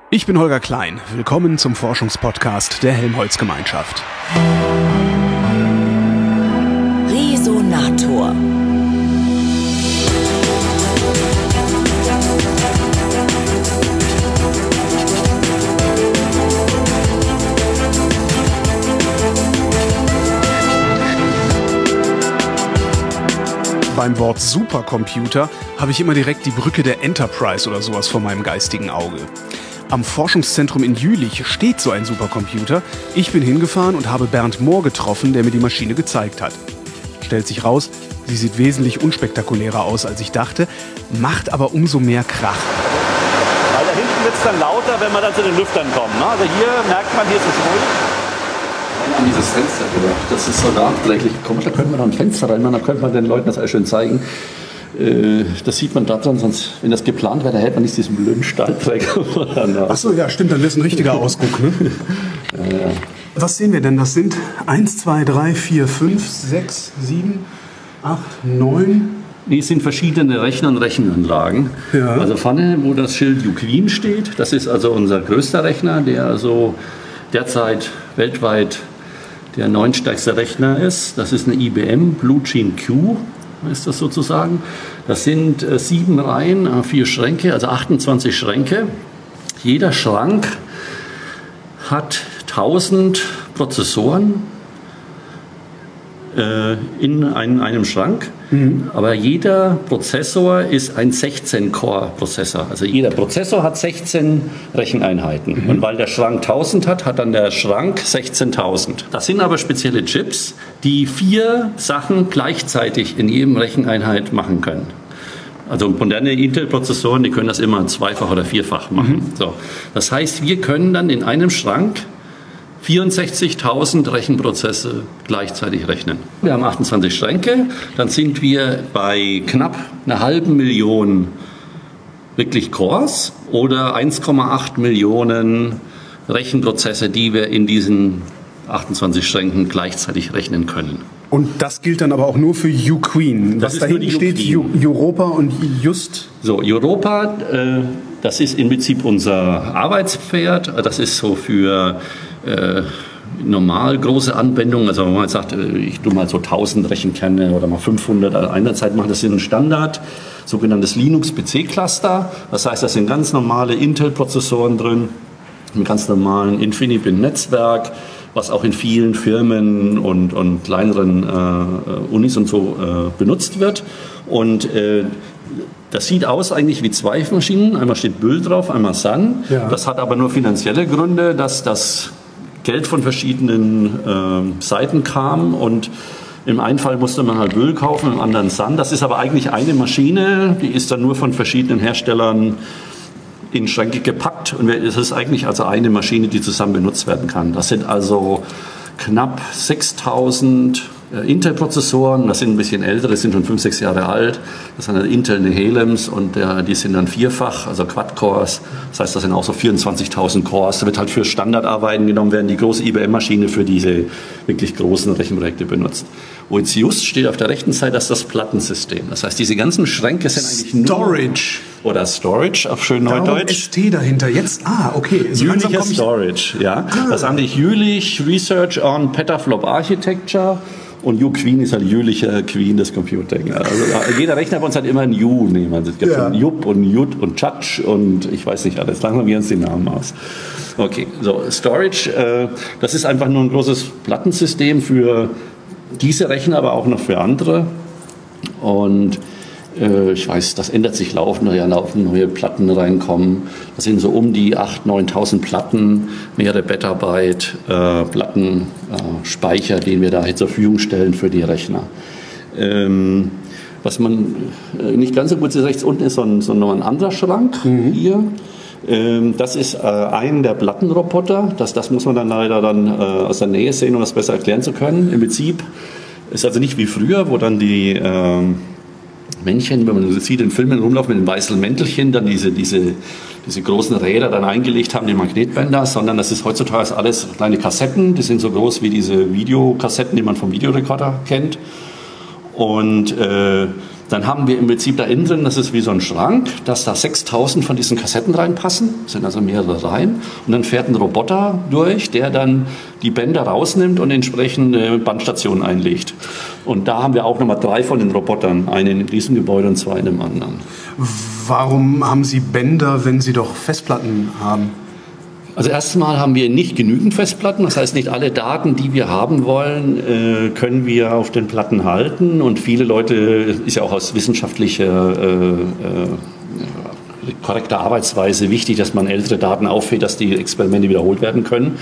Ich bin Holger Klein. Willkommen zum Forschungspodcast der Helmholtz-Gemeinschaft. Resonator. Beim Wort Supercomputer habe ich immer direkt die Brücke der Enterprise oder sowas vor meinem geistigen Auge. Am Forschungszentrum in Jülich steht so ein Supercomputer. Ich bin hingefahren und habe Bernd Mohr getroffen, der mir die Maschine gezeigt hat. Stellt sich raus, sie sieht wesentlich unspektakulärer aus, als ich dachte, macht aber umso mehr Krach. Weil da hinten wird es dann lauter, wenn man dann zu den Lüftern kommt. Ne? Also hier merkt man, hier ist es ruhig. An dieses Fenster gedacht. Das ist so nachträglich gekommen. Da könnte man noch ein Fenster reinmachen, da könnte man den Leuten das alles schön zeigen. Das sieht man daran, sonst, wenn das geplant wäre, da hätte man nicht diesen blöden Stahlträger. Achso, ja, stimmt, dann wäre es ein richtiger Ausguck, ne? Ja. Was sehen wir denn? Das sind 1, 2, 3, 4, 5, 6, 7, 8, 9... Die sind verschiedene Rechner und Rechenanlagen. Ja. Also vorne, wo das Schild uQueen steht, das ist also unser größter Rechner, der also derzeit weltweit der 9. stärkste Rechner ist. Das ist eine IBM Blue Gene Q, ist das sozusagen. Das sind 7 Reihen, 4 Schränke, also 28 Schränke. Jeder Schrank hat 1000 Prozessoren in einem Schrank. Aber jeder Prozessor ist ein 16-Core-Prozessor. Also jeder Prozessor hat 16 Recheneinheiten. Und weil der Schrank 1000 hat, hat dann der Schrank 16.000. Das sind aber spezielle Chips, die 4 Sachen gleichzeitig in jedem Recheneinheit machen können. Also moderne Intel-Prozessoren, die können das immer zweifach oder vierfach machen. So. Das heißt, wir können dann in einem Schrank 64.000 Rechenprozesse gleichzeitig rechnen. Wir haben 28 Schränke, dann sind wir bei knapp einer halben Million wirklich Cores oder 1,8 Millionen Rechenprozesse, die wir in diesen 28 Schränken gleichzeitig rechnen können. Und das gilt dann aber auch nur für uQueen. Das Was ist da nur hinten die steht, uQueen. Europa und Just. So, Europa, das ist im Prinzip unser Arbeitspferd. Das ist so für normal große Anwendungen. Also wenn man jetzt sagt, ich tue mal so 1000 Rechenkerne oder mal 500 an einer Zeit machen, das ist ein Standard, sogenanntes Linux-PC-Cluster. Das heißt, da sind ganz normale Intel-Prozessoren drin, ein ganz normalen InfiniBand-Netzwerk, was auch in vielen Firmen und kleineren Unis und so benutzt wird. Und das sieht aus eigentlich wie 2 Maschinen. Einmal steht Bull drauf, einmal Sun. Ja. Das hat aber nur finanzielle Gründe, dass das Geld von verschiedenen Seiten kam. Und im einen Fall musste man halt Bull kaufen, im anderen Sun. Das ist aber eigentlich eine Maschine, die ist dann nur von verschiedenen Herstellern in Schränke gepackt. Und es ist eigentlich also eine Maschine, die zusammen benutzt werden kann. Das sind also knapp 6000 Intel-Prozessoren, das sind ein bisschen ältere, das sind schon 5, 6 Jahre alt. Das sind Intel Nehalems und die sind dann vierfach, also Quad-Cores. Das heißt, das sind auch so 24.000 Cores. Da wird halt für Standardarbeiten genommen werden, die große IBM-Maschine für diese wirklich großen Rechenprojekte benutzt. Wo jetzt Just steht auf der rechten Seite, das ist das Plattensystem. Das heißt, diese ganzen Schränke sind eigentlich Storage. Oder Storage auf schön Darum Neudeutsch. ST dahinter. Jetzt, okay. So langsam Jülicher komm ich- Storage, ja. Das haben die Jülich Research on Petaflop Architecture. Und uQueen ist halt Jülicher Queen des Computing. Also jeder Rechner bei uns hat immer ein U nehmen. Es gibt Ja. schon Jupp und Jut und Tschatsch und ich weiß nicht alles. Langsam wir uns die Namen aus. Okay, so Storage, das ist einfach nur ein großes Plattensystem für diese Rechner, aber auch noch für andere. Und ich weiß, das ändert sich laufend, da laufen neue Platten reinkommen. Das sind so um die 8.000, 9.000 Platten, mehrere Petabyte Plattenspeicher, den wir da zur Verfügung stellen für die Rechner. Was man nicht ganz so gut sieht, rechts unten ist so ein anderer Schrank hier. Das ist ein der Plattenroboter. Das muss man dann leider aus der Nähe sehen, um das besser erklären zu können. Im Prinzip ist also nicht wie früher, wo dann die Männchen, wenn man sieht, in Filmen rumlaufen mit den weißen Mäntelchen, dann diese großen Räder dann eingelegt haben, die Magnetbänder, sondern das ist heutzutage alles kleine Kassetten, die sind so groß wie diese Videokassetten, die man vom Videorekorder kennt. Und Dann haben wir im Prinzip da innen drin, das ist wie so ein Schrank, dass da 6000 von diesen Kassetten reinpassen, das sind also mehrere Reihen. Und dann fährt ein Roboter durch, der dann die Bänder rausnimmt und entsprechende Bandstationen einlegt. Und da haben wir auch nochmal 3 von den Robotern, einen in diesem Gebäude und 2 in dem anderen. Warum haben Sie Bänder, wenn Sie doch Festplatten haben? Also erstmal haben wir nicht genügend Festplatten, das heißt nicht alle Daten, die wir haben wollen, können wir auf den Platten halten und viele Leute, ist ja auch aus wissenschaftlicher korrekter Arbeitsweise wichtig, dass man ältere Daten aufhält, dass die Experimente wiederholt werden können,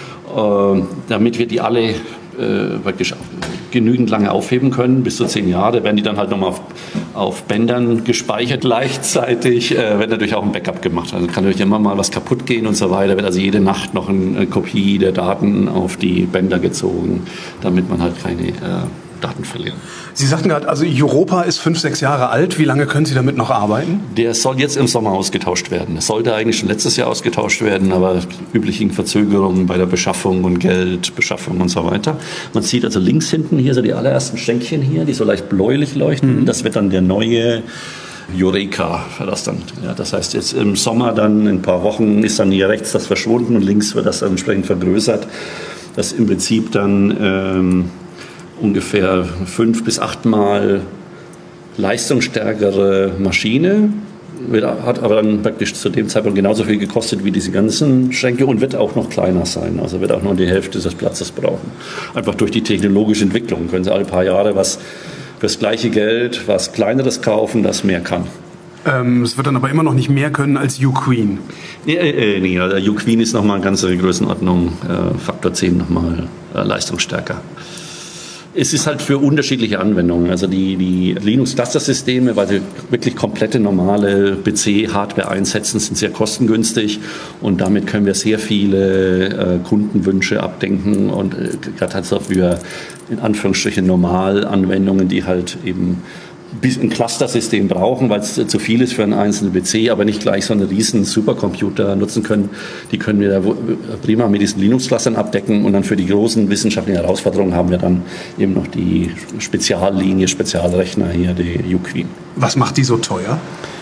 damit wir die alle praktisch genügend lange aufheben können, bis zu 10 Jahre, werden die dann halt nochmal auf Bändern gespeichert gleichzeitig, wird natürlich auch ein Backup gemacht. Also kann natürlich immer mal was kaputt gehen und so weiter, wird also jede Nacht noch eine Kopie der Daten auf die Bänder gezogen, damit man halt keine Daten verliert. Sie sagten gerade, also Europa ist 5, 6 Jahre alt. Wie lange können Sie damit noch arbeiten? Der soll jetzt im Sommer ausgetauscht werden. Es sollte eigentlich schon letztes Jahr ausgetauscht werden, aber üblichen Verzögerungen bei der Beschaffung und Geldbeschaffung und so weiter. Man sieht also links hinten hier so die allerersten Stänkchen hier, die so leicht bläulich leuchten. Das wird dann der neue Eureka. Das heißt, jetzt im Sommer dann in ein paar Wochen ist dann hier rechts das verschwunden und links wird das dann entsprechend vergrößert. Das im Prinzip dann ungefähr 5 bis 8 Mal leistungsstärkere Maschine, hat aber dann praktisch zu dem Zeitpunkt genauso viel gekostet wie diese ganzen Schränke und wird auch noch kleiner sein, also wird auch nur die Hälfte des Platzes brauchen. Einfach durch die technologische Entwicklung können Sie alle paar Jahre was fürs gleiche Geld, was Kleineres kaufen, das mehr kann. Es wird dann aber immer noch nicht mehr können als U-Queen. Nee, also U-Queen ist nochmal eine ganze Größenordnung, Faktor 10 nochmal leistungsstärker. Es ist halt für unterschiedliche Anwendungen. Also die Linux-Cluster-Systeme, weil sie wirklich komplette normale PC-Hardware einsetzen, sind sehr kostengünstig und damit können wir sehr viele Kundenwünsche abdenken und gerade halt so für in Anführungsstrichen Normalanwendungen, die halt eben ein Cluster-System brauchen, weil es zu viel ist für einen einzelnen PC, aber nicht gleich so einen riesen Supercomputer nutzen können. Die können wir da prima mit diesen Linux-Clustern abdecken und dann für die großen wissenschaftlichen Herausforderungen haben wir dann eben noch die Speziallinie, Spezialrechner hier, die U-Queen. Was macht die so teuer?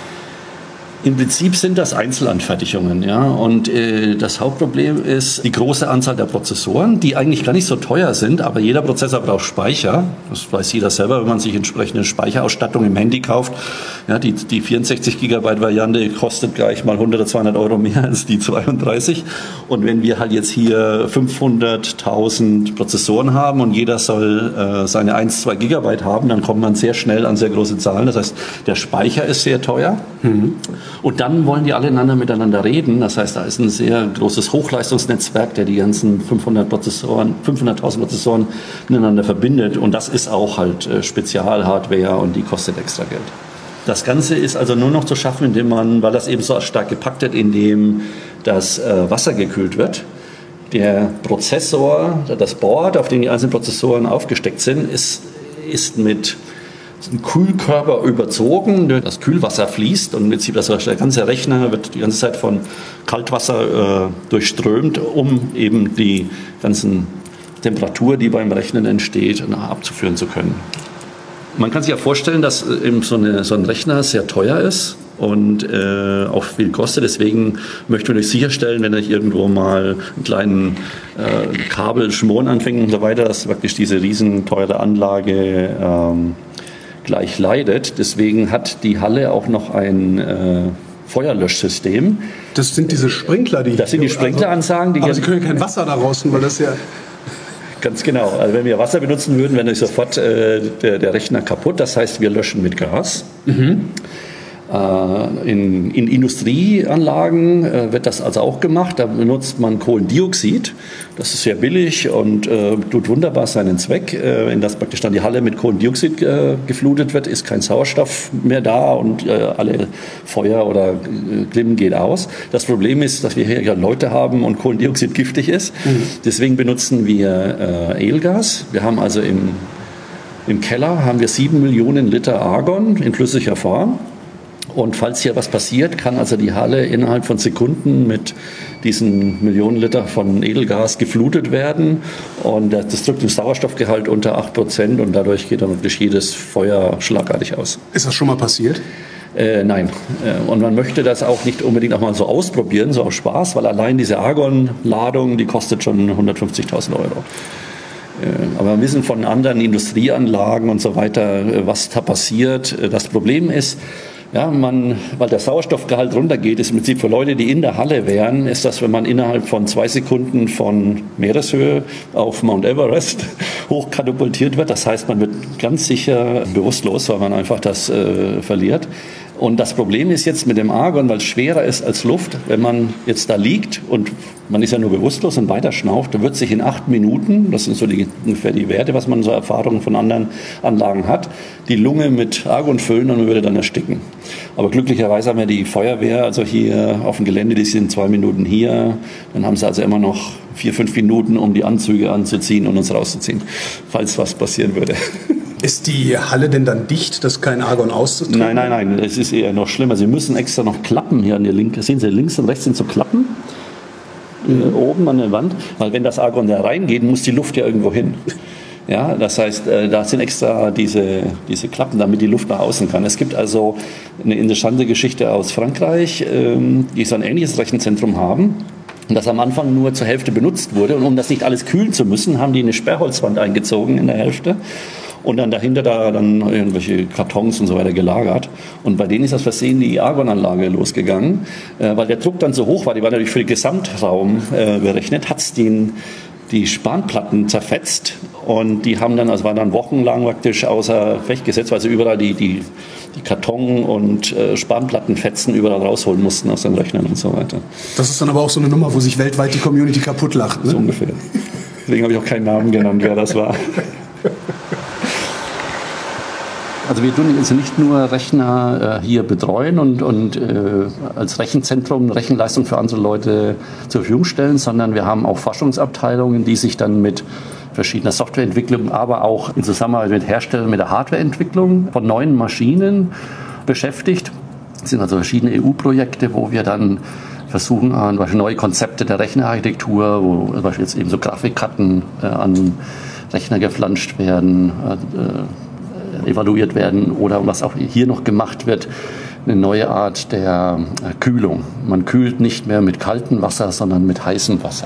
Im Prinzip sind das Einzelanfertigungen, ja. Und das Hauptproblem ist die große Anzahl der Prozessoren, die eigentlich gar nicht so teuer sind, aber jeder Prozessor braucht Speicher. Das weiß jeder selber, wenn man sich entsprechende Speicherausstattung im Handy kauft. Ja, die 64 GB Variante kostet gleich mal 100 oder 200 Euro mehr als die 32. Und wenn wir halt jetzt hier 500.000 Prozessoren haben und jeder soll seine 1-2 GB haben, dann kommt man sehr schnell an sehr große Zahlen. Das heißt, der Speicher ist sehr teuer. Und dann wollen die alle miteinander reden. Das heißt, da ist ein sehr großes Hochleistungsnetzwerk, der die ganzen 500.000 Prozessoren miteinander verbindet. Und das ist auch halt Spezialhardware und die kostet extra Geld. Das Ganze ist also nur noch zu schaffen, indem man, weil das eben so stark gepackt wird, indem das Wasser gekühlt wird. Der Prozessor, das Board, auf dem die einzelnen Prozessoren aufgesteckt sind, ist mit ein Kühlkörper überzogen, das Kühlwasser fließt und im Prinzip der ganze Rechner wird die ganze Zeit von Kaltwasser durchströmt, um eben die ganzen Temperatur, die beim Rechnen entsteht, abzuführen zu können. Man kann sich ja vorstellen, dass eben so ein Rechner sehr teuer ist und auch viel kostet. Deswegen möchten wir natürlich sicherstellen, wenn euch irgendwo mal einen kleinen Kabel schmoren anfängt und so weiter, dass wirklich diese riesen teure Anlage gleich leidet. Deswegen hat die Halle auch noch ein Feuerlöschsystem. Das sind diese Sprinkler, die... Das sind die Sprinkleransagen. Aber Sie können ja kein Wasser da raus, weil das ja... Ganz genau. Also wenn wir Wasser benutzen würden, wäre sofort der Rechner kaputt. Das heißt, wir löschen mit Gas. In Industrieanlagen wird das also auch gemacht. Da benutzt man Kohlendioxid. Das ist sehr billig und tut wunderbar seinen Zweck. Wenn das praktisch dann die Halle mit Kohlendioxid geflutet wird, ist kein Sauerstoff mehr da und alle Feuer oder Glimmen geht aus. Das Problem ist, dass wir hier ja Leute haben und Kohlendioxid giftig ist. Deswegen benutzen wir Edelgas. Wir haben also im Keller haben wir 7 Millionen Liter Argon in flüssiger Form. Und falls hier was passiert, kann also die Halle innerhalb von Sekunden mit diesen Millionen Liter von Edelgas geflutet werden. Und das drückt den Sauerstoffgehalt unter 8% und dadurch geht dann wirklich jedes Feuer schlagartig aus. Ist das schon mal passiert? Nein. Und man möchte das auch nicht unbedingt auch mal so ausprobieren, so aus Spaß, weil allein diese Argon-Ladung, die kostet schon 150.000 Euro. Aber wir wissen von anderen Industrieanlagen und so weiter, was da passiert. Das Problem ist, ja, weil der Sauerstoffgehalt runtergeht, ist im Prinzip für Leute, die in der Halle wären, ist das, wenn man innerhalb von 2 Sekunden von Meereshöhe auf Mount Everest hochkatapultiert wird. Das heißt, man wird ganz sicher bewusstlos, weil man einfach das verliert. Und das Problem ist jetzt mit dem Argon, weil es schwerer ist als Luft, wenn man jetzt da liegt und man ist ja nur bewusstlos und weiter schnauft, dann wird sich in 8 Minuten, das sind so ungefähr die Werte, was man so Erfahrungen von anderen Anlagen hat, die Lunge mit Argon füllen und man würde dann ersticken. Aber glücklicherweise haben wir die Feuerwehr, also hier auf dem Gelände, die sind 2 Minuten hier, dann haben sie also immer noch 4-5 Minuten, um die Anzüge anzuziehen und uns rauszuziehen, falls was passieren würde. Ist die Halle denn dann dicht, dass kein Argon austreten? Nein, es ist eher noch schlimmer. Sie müssen extra noch Klappen hier an der Linken. Sehen Sie, links und rechts sind so Klappen oben an der Wand, weil wenn das Argon da reingeht, muss die Luft ja irgendwo hin. Ja, das heißt, da sind extra diese Klappen, damit die Luft nach außen kann. Es gibt also eine interessante Geschichte aus Frankreich, die so ein ähnliches Rechenzentrum haben. Das am Anfang nur zur Hälfte benutzt wurde. Und um das nicht alles kühlen zu müssen, haben die eine Sperrholzwand eingezogen in der Hälfte. Und dann dahinter dann irgendwelche Kartons und so weiter gelagert. Und bei denen ist das Versehen die Argonanlage losgegangen, weil der Druck dann so hoch war. Die war natürlich für den Gesamtraum berechnet, hat es die Spanplatten zerfetzt. Und die haben dann, also waren dann wochenlang praktisch außer Gefecht gesetzt, weil sie überall die Karton- und Spanplattenfetzen überall rausholen mussten aus den Rechnern und so weiter. Das ist dann aber auch so eine Nummer, wo sich weltweit die Community kaputt lacht. Ne? So ungefähr. Deswegen habe ich auch keinen Namen genannt, wer das war. Also wir tun also nicht nur Rechner hier betreuen und als Rechenzentrum Rechenleistung für andere Leute zur Verfügung stellen, sondern wir haben auch Forschungsabteilungen, die sich dann mit verschiedener Softwareentwicklung, aber auch in Zusammenarbeit mit Herstellern mit der Hardwareentwicklung von neuen Maschinen beschäftigt. Das sind also verschiedene EU-Projekte, wo wir dann versuchen, neue Konzepte der Rechnerarchitektur, wo zum Beispiel jetzt eben so Grafikkarten an Rechner geflanscht werden, evaluiert werden oder was auch hier noch gemacht wird, eine neue Art der Kühlung. Man kühlt nicht mehr mit kaltem Wasser, sondern mit heißem Wasser.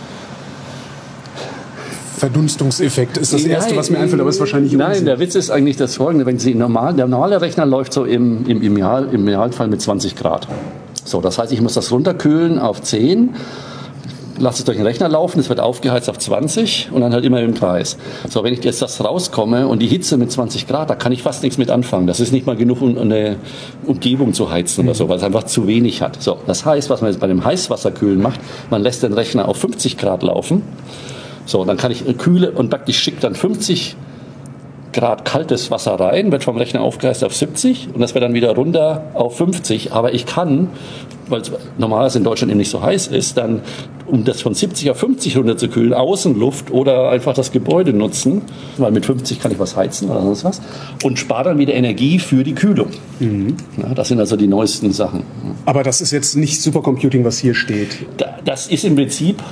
Verdunstungseffekt ist das Erste, was mir einfällt, aber ist wahrscheinlich Unsinn. Nein, der Witz ist eigentlich das Folgende. Wenn Sie der normale Rechner läuft so im Idealfall mit 20 Grad. So, das heißt, ich muss das runterkühlen auf 10, lasse es durch den Rechner laufen, es wird aufgeheizt auf 20 und dann halt immer im Kreis. So, wenn ich jetzt das rauskomme und die Hitze mit 20 Grad, da kann ich fast nichts mit anfangen. Das ist nicht mal genug, um eine Umgebung zu heizen oder so, weil es einfach zu wenig hat. So, das heißt, was man jetzt bei dem Heißwasserkühlen macht, man lässt den Rechner auf 50 Grad laufen. So, dann kann ich kühle und praktisch schicke dann 50 Grad kaltes Wasser rein, wird vom Rechner aufgeheizt auf 70 und das wird dann wieder runter auf 50. Aber ich kann, weil es normalerweise in Deutschland eben nicht so heiß ist, dann, um das von 70 auf 50 runterzukühlen, Außenluft oder einfach das Gebäude nutzen, weil mit 50 kann ich was heizen oder sonst was, und spare dann wieder Energie für die Kühlung. Mhm. Ja, das sind also die neuesten Sachen. Aber das ist jetzt nicht Supercomputing, was hier steht. Das ist im Prinzip,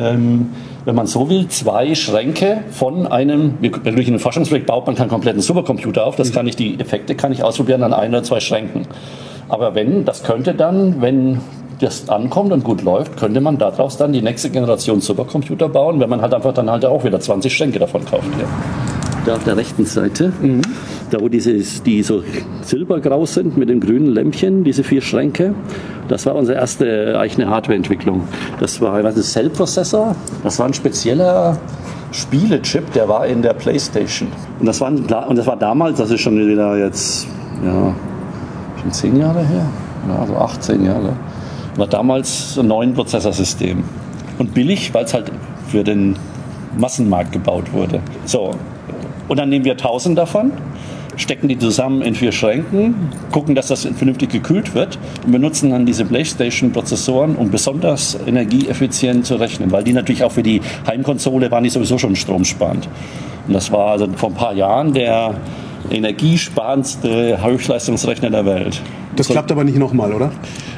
wenn man so will, 2 Schränke von einem, durch ein Forschungsprojekt baut man keinen kompletten Supercomputer auf, die Effekte kann ich ausprobieren an 1 oder 2 Schränken. Aber das könnte dann, wenn das ankommt und gut läuft, könnte man daraus dann die nächste Generation Supercomputer bauen, wenn man halt einfach dann halt auch wieder 20 Schränke davon kauft. Ja. Da auf der rechten Seite, da wo die so silbergrau sind mit dem grünen Lämpchen, diese 4 Schränke, das war unsere erste eigene Hardwareentwicklung. Das war ein Cell-Prozessor, das war ein spezieller Spielechip, der war in der Playstation. Und das war damals, das ist schon wieder jetzt, ja, schon 10 Jahre her, ja, so 18 Jahre, war damals ein 9-Prozessorsystem. Und billig, weil es halt für den Massenmarkt gebaut wurde. So. Und dann nehmen wir 1000 davon, stecken die zusammen in 4 Schränken, gucken, dass das vernünftig gekühlt wird und benutzen dann diese PlayStation-Prozessoren, um besonders energieeffizient zu rechnen, weil die natürlich auch für die Heimkonsole waren die sowieso schon stromsparend. Und das war also vor ein paar Jahren der energiesparendste Hochleistungsrechner der Welt. Das klappt aber nicht nochmal, oder?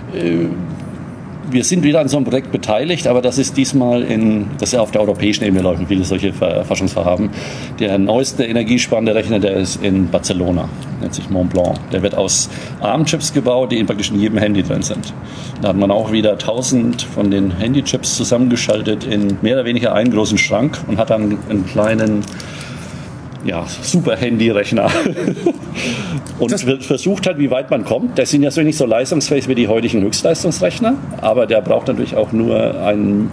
Wir sind wieder an so einem Projekt beteiligt, aber das ist diesmal das auf der europäischen Ebene läuft, viele solche Forschungsvorhaben. Der neueste energiesparende Rechner, der ist in Barcelona, nennt sich Mont Blanc. Der wird aus ARM-Chips gebaut, die praktisch in jedem Handy drin sind. Da hat man auch wieder 1000 von den Handy-Chips zusammengeschaltet in mehr oder weniger einen großen Schrank und hat dann einen kleinen Super-Handy-Rechner. Und versucht halt, wie weit man kommt. Der sind ja so nicht so leistungsfähig wie die heutigen Höchstleistungsrechner, aber der braucht natürlich auch nur einen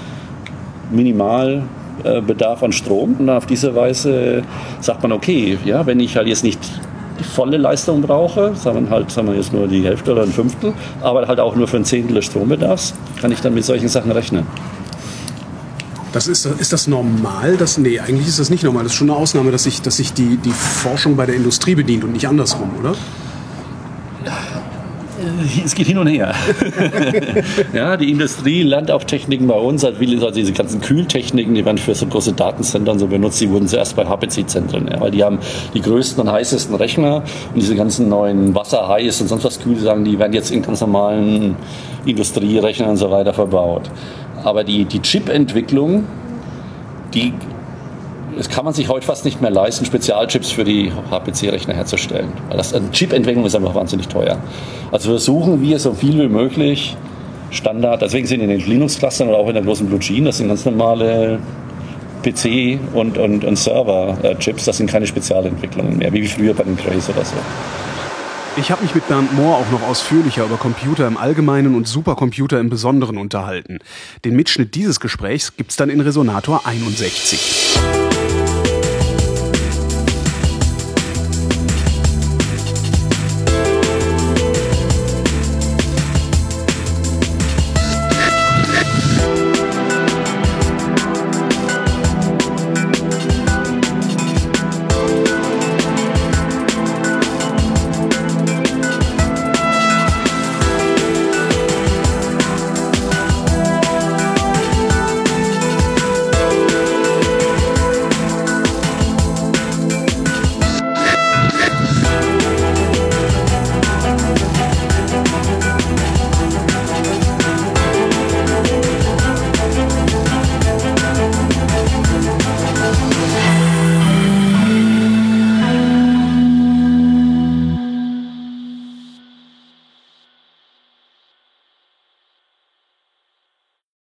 Minimalbedarf an Strom. Und auf diese Weise sagt man, okay, ja, wenn ich halt jetzt nicht die volle Leistung brauche, sagen wir jetzt nur die Hälfte oder ein Fünftel, aber halt auch nur für ein Zehntel des Strombedarfs, kann ich dann mit solchen Sachen rechnen. Ist das normal? Nee, eigentlich ist das nicht normal. Das ist schon eine Ausnahme, dass sich die Forschung bei der Industrie bedient und nicht andersrum, oder? Es geht hin und her. Ja, die Industrie lernt auch Techniken bei uns. Also diese ganzen Kühltechniken, die werden für so große Datenzentren so benutzt. Die wurden zuerst bei HPC-Zentren, weil die haben die größten und heißesten Rechner. Und diese ganzen neuen Wasserheiß und sonst was Kühlsachen, die werden jetzt in ganz normalen Industrierechnern und so weiter verbaut. Aber die Chip-Entwicklung, das kann man sich heute fast nicht mehr leisten, Spezialchips für die HPC-Rechner herzustellen. Weil Chip-Entwicklung ist einfach wahnsinnig teuer. Also versuchen wir so viel wie möglich Standard, deswegen sind in den Linux-Clustern oder auch in der großen Blue Gene, das sind ganz normale PC- und Server-Chips, das sind keine Spezialentwicklungen mehr, wie früher bei den Crays oder so. Ich habe mich mit Bernd Mohr auch noch ausführlicher über Computer im Allgemeinen und Supercomputer im Besonderen unterhalten. Den Mitschnitt dieses Gesprächs gibt's dann in Resonator 61.